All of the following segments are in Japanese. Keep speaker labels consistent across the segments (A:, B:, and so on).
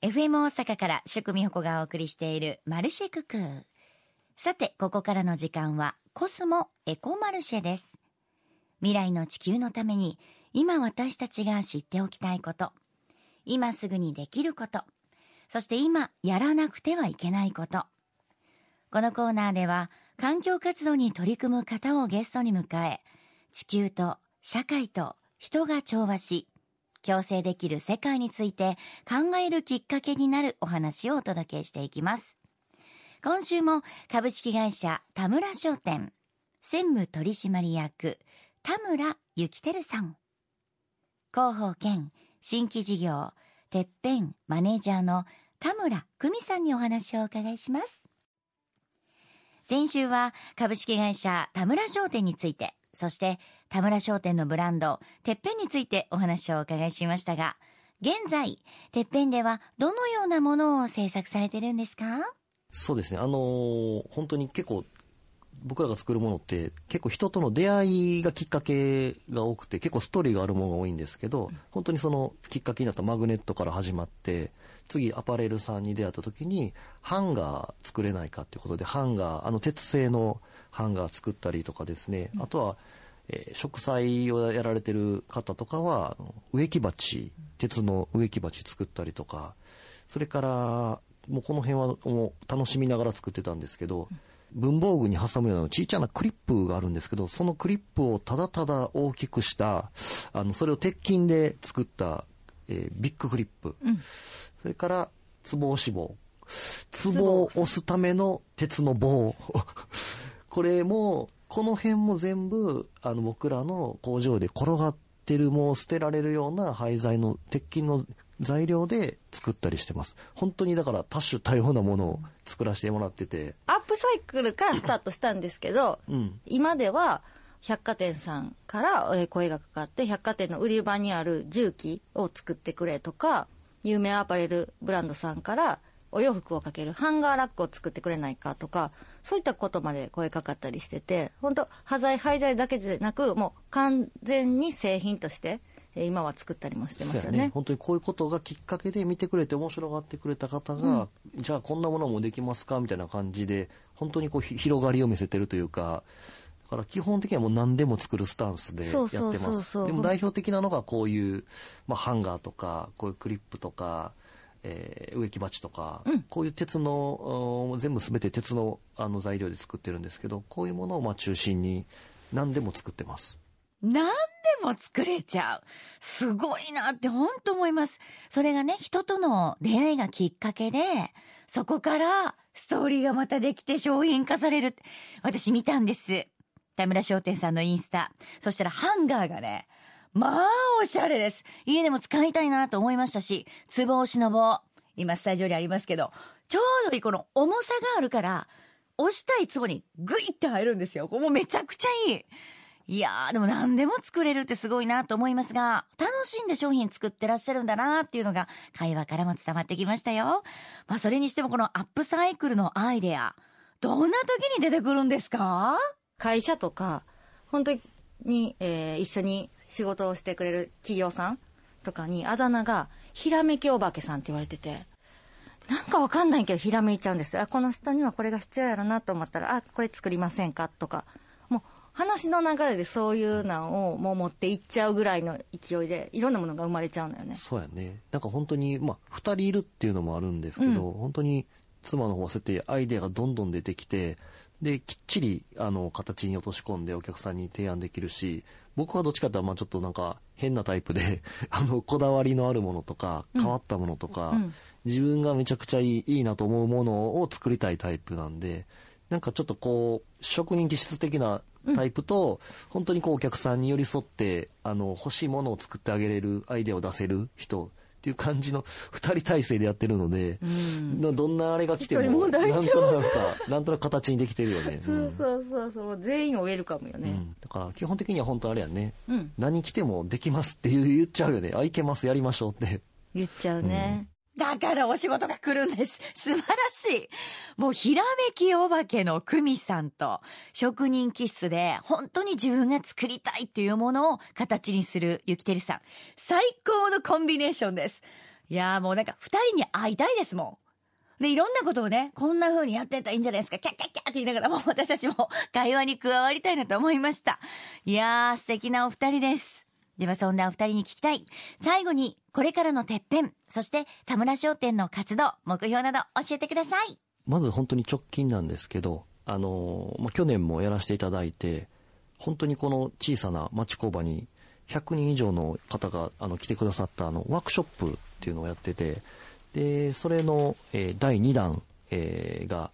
A: FM 大阪から宿美穂子がお送りしているマルシェククー。さて、ここからの時間はコスモエコマルシェです。未来の地球のために今私たちが知っておきたいこと、今すぐにできること、そして今やらなくてはいけないこと。このコーナーでは環境活動に取り組む方をゲストに迎え、地球と社会と人が調和し、共生できる世界について考えるきっかけになるお話をお届けしていきます。今週も株式会社田村商店専務取締役田村幸輝さん、広報兼新規事業てっぺんマネージャーの田村久美さんにお話をお伺いします。先週は株式会社田村商店について、そして田村商店のブランドてっぺんについてお話をお伺いしましたが、現在てっぺんではどのようなものを制作されているんですか？
B: そうですね、本当に結構僕らが作るものって結構人との出会いがきっかけが多くて、結構ストーリーがあるものが多いんですけど、本当にそのきっかけになったマグネットから始まって、次アパレルさんに出会った時にハンガー作れないかっていうことで、ハンガー鉄製のハンガー作ったりとかですね、あとは、植栽をやられてる方とかは植木鉢、鉄の植木鉢作ったりとか、それからもうこの辺はもう楽しみながら作ってたんですけど、文房具に挟むような小さなクリップがあるんですけど、そのクリップをただただ大きくしたそれを鉄筋で作った、ビッグクリップ、それからツボ押し棒、ツボを押すための鉄の棒これもこの辺も全部僕らの工場で転がってる、もう捨てられるような廃材の鉄筋の材料で作ったりしてます。本当にだから多種多様なものを作らせてもらってて、
C: アップサイクルからスタートしたんですけど、今では百貨店さんから声がかかって、百貨店の売り場にある重機を作ってくれとか、有名アパレルブランドさんからお洋服をかけるハンガーラックを作ってくれないかとか、そういったことまで声かかったりしてて、本当廃材だけでなく、もう完全に製品として今は作ったりもしてますよね。
B: 本当にこういうことがきっかけで見てくれて面白がってくれた方が、じゃあこんなものもできますかみたいな感じで、本当にこう広がりを見せてるというか、だから基本的にはもう何でも作るスタンスでやってます。でも代表的なのがこういう、ハンガーとかこういうクリップとか、植木鉢とか、こういう鉄の全部全て鉄の材料で作ってるんですけど、こういうものを中心に何でも作ってます。
A: 何でも作れちゃう。すごいなって本当思います。それがね、人との出会いがきっかけで、そこからストーリーがまたできて商品化される。私見たんです。田村商店さんのインスタ。そしたらハンガーがね、まあおしゃれです。家でも使いたいなと思いましたし、ツボ押しの棒、今スタジオにありますけど、ちょうどいいこの重さがあるから、押したいツボにグイッて入るんですよ。もうめちゃくちゃいい。いやー、でも何でも作れるってすごいなと思いますが、楽しんで商品作ってらっしゃるんだなっていうのが会話からも伝わってきましたよ。それにしてもこのアップサイクルのアイデア、どんな時に出てくるんですか？
C: 会社とか本当に、一緒に仕事をしてくれる企業さんとかにあだ名がひらめきお化けさんって言われてて、なんかわかんないけどひらめいちゃうんですよ。この人にはこれが必要やろなと思ったら、これ作りませんかとか、もう話の流れでそういうのをもう持っていっちゃうぐらいの勢いでいろんなものが生まれちゃうのよね。
B: そうやね。なんか本当に2人いるっていうのもあるんですけど、本当に妻の方はそうやってアイデアがどんどん出てきて、できっちり形に落とし込んでお客さんに提案できるし、僕はどっちかというとちょっとなんか変なタイプでこだわりのあるものとか変わったものとか、自分がめちゃくちゃいいなと思うものを作りたいタイプなんで、なんかちょっとこう職人気質的なタイプと、本当にこうお客さんに寄り添って欲しいものを作ってあげれるアイデアを出せる人っていう感じの2人体制でやってるので、どんなあれが来てもなんとなく形にできてるよね。
C: そう全員をウェルカムよね。
B: だから基本的には本当あれやね、何来てもできますって言っちゃうよね。いけます、やりましょうって
C: 言っちゃうね。
A: だからお仕事が来るんです。素晴らしい。もうひらめきお化けの久美さんと職人気質で本当に自分が作りたいっていうものを形にする幸輝さん。最高のコンビネーションです。 いやーもうなんか二人に会いたいですもん。で、いろんなことをね、こんな風にやってったらいいんじゃないですか。キャッキャッキャッって言いながらもう私たちも会話に加わりたいなと思いました。いやー素敵なお二人です。ではそんなお二人に聞きたい。最後にこれからのてっぺん、そして田村商店の活動、目標など教えてください。
B: まず本当に直近なんですけど、去年もやらせていただいて、本当にこの小さな町工場に100人以上の方が来てくださったワークショップっていうのをやってて、でそれの、第2弾、が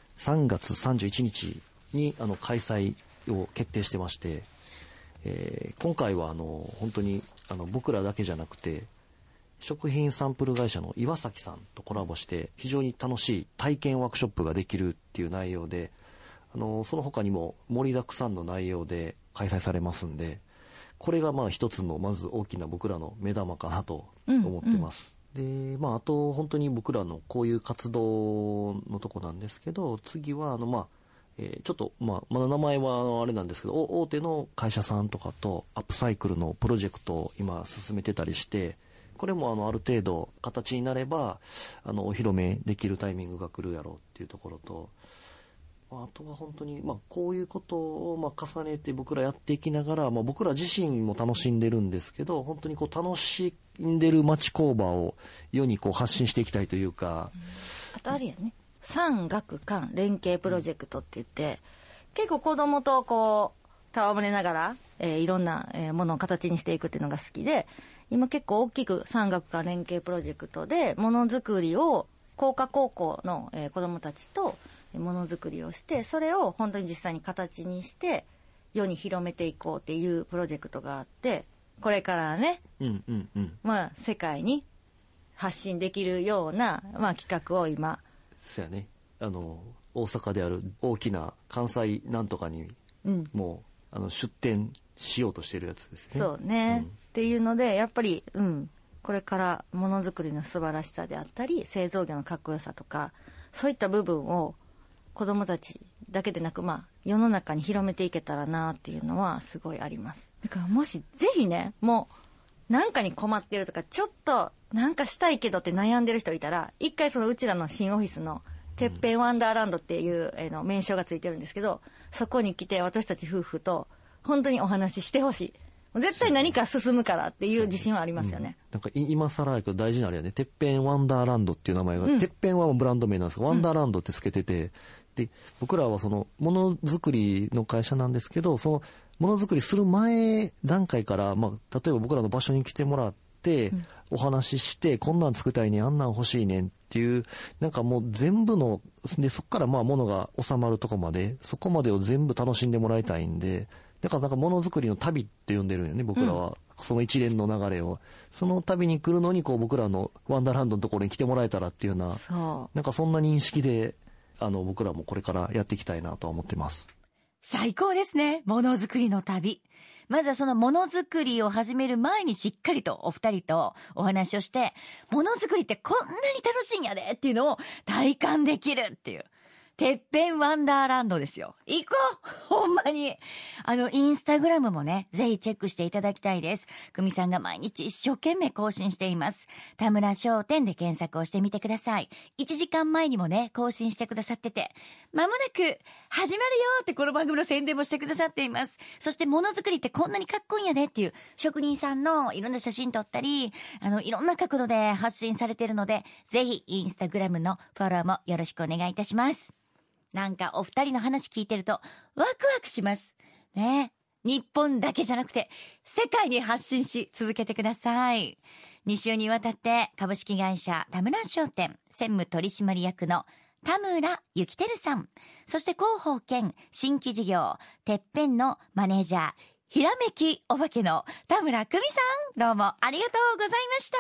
B: 3月31日に開催を決定してまして、今回は本当に僕らだけじゃなくて食品サンプル会社の岩崎さんとコラボして非常に楽しい体験ワークショップができるっていう内容で、その他にも盛りだくさんの内容で開催されますんで、これがまあ一つのまず大きな僕らの目玉かなと思ってます。であと本当に僕らのこういう活動のとこなんですけど、次はちょっとまだ名前はあれなんですけど、大手の会社さんとかとアップサイクルのプロジェクトを今進めてたりして、これもある程度形になればお披露目できるタイミングが来るやろうっていうところと、あとは本当にこういうことを重ねて僕らやっていきながら、僕ら自身も楽しんでるんですけど、本当にこう楽しんでる町工場を世にこう発信していきたいというか、
C: あとあれやね、産学官連携プロジェクトって言って、結構子供とこう戯れながら、いろんなものを形にしていくっていうのが好きで、今結構大きく産学官連携プロジェクトでものづくりを工科高校の、子供たちとものづくりをして、それを本当に実際に形にして世に広めていこうっていうプロジェクトがあって、これからね、世界に発信できるような、企画を今
B: そうやね、大阪である大きな関西なんとかにもう、出展しようとしてるやつですね。
C: そうね、っていうのでやっぱり、これからものづくりの素晴らしさであったり製造業のかっこよさとか、そういった部分を子どもたちだけでなく、世の中に広めていけたらなっていうのはすごいあります。だからもしぜひね、もうなんかに困ってるとか、ちょっとなんかしたいけどって悩んでる人いたら、一回そのうちらの新オフィスのてっぺんワンダーランドっていう名称がついてるんですけど、そこに来て私たち夫婦と本当にお話ししてほしい。絶対何か進むからっていう自信はありますよね。
B: なんか今更やけど大事なあれやね、てっぺんワンダーランドっていう名前が、てっぺんはブランド名なんですけど、ワンダーランドってつけてて、で僕らはそのものづくりの会社なんですけど、そのものづくりする前段階から、例えば僕らの場所に来てもらってお話しして、こんなん作りたいねん、あんなん欲しいねんっていう、なんかもう全部ので、そこから物が収まるとこまで、そこまでを全部楽しんでもらいたいんで、だからなんかものづくりの旅って呼んでるんよね、僕らは。その一連の流れを、その旅に来るのにこう僕らのワンダーランドのところに来てもらえたらっていうような、なんかそんな認識で僕らもこれからやっていきたいなとは思ってます。
A: 最高ですね、ものづくりの旅。まずはそのものづくりを始める前にしっかりとお二人とお話をして、ものづくりってこんなに楽しいんやでっていうのを体感できるっていう。てっぺんワンダーランドですよ。行こうほんまに。インスタグラムもね、ぜひチェックしていただきたいです。久美さんが毎日一生懸命更新しています。田村商店で検索をしてみてください。1時間前にもね、更新してくださってて、まもなく始まるよってこの番組の宣伝もしてくださっています。そしてものづくりってこんなにかっこいいんやでっていう職人さんのいろんな写真撮ったり、いろんな角度で発信されているので、ぜひインスタグラムのフォローもよろしくお願いいたします。なんかお二人の話聞いてるとワクワクしますね。日本だけじゃなくて世界に発信し続けてください。2週にわたって株式会社田村商店専務取締役の田村幸輝さん、そして広報兼新規事業てっぺんのマネージャーひらめきお化けの田村久美さん、どうもありがとうございました。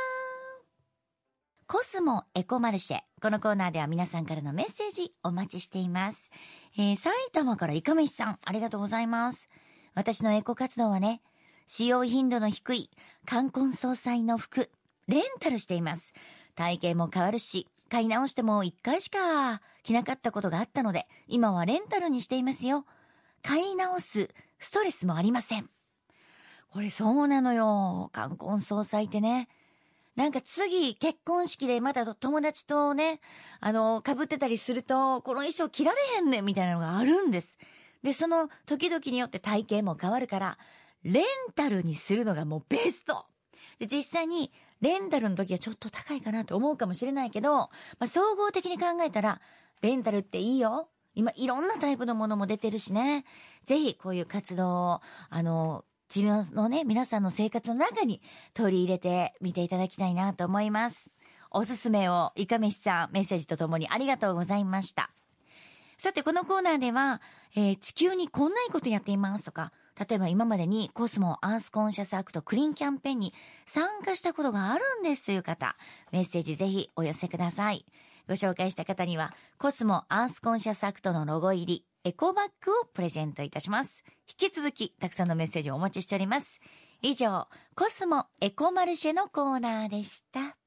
A: コスモエコマルシェ、このコーナーでは皆さんからのメッセージお待ちしています。埼玉からいかめしさん、ありがとうございます。私のエコ活動はね、使用頻度の低い冠婚葬祭の服レンタルしています。体型も変わるし、買い直しても1回しか着なかったことがあったので、今はレンタルにしていますよ。買い直すストレスもありません。これそうなのよ、冠婚葬祭ってね、 なんか次結婚式でまた友達とね、被ってたりすると、この衣装着られへんねんみたいなのがあるんです。で、その時々によって体型も変わるから、レンタルにするのがもうベスト。で、実際にレンタルの時はちょっと高いかなと思うかもしれないけど、総合的に考えたら、レンタルっていいよ。今いろんなタイプのものも出てるしね。ぜひこういう活動を、自分のね、皆さんの生活の中に取り入れてみていただきたいなと思います。おすすめをいかめしさんメッセージとともにありがとうございました。さてこのコーナーでは、地球にこんないいことやっていますとか、例えば今までにコスモアースコンシャスアクトクリーンキャンペーンに参加したことがあるんですという方、メッセージぜひお寄せください。ご紹介した方にはコスモアースコンシャスアクトのロゴ入りエコバッグをプレゼントいたします。引き続きたくさんのメッセージをお待ちしております。以上、コスモエコマルシェのコーナーでした。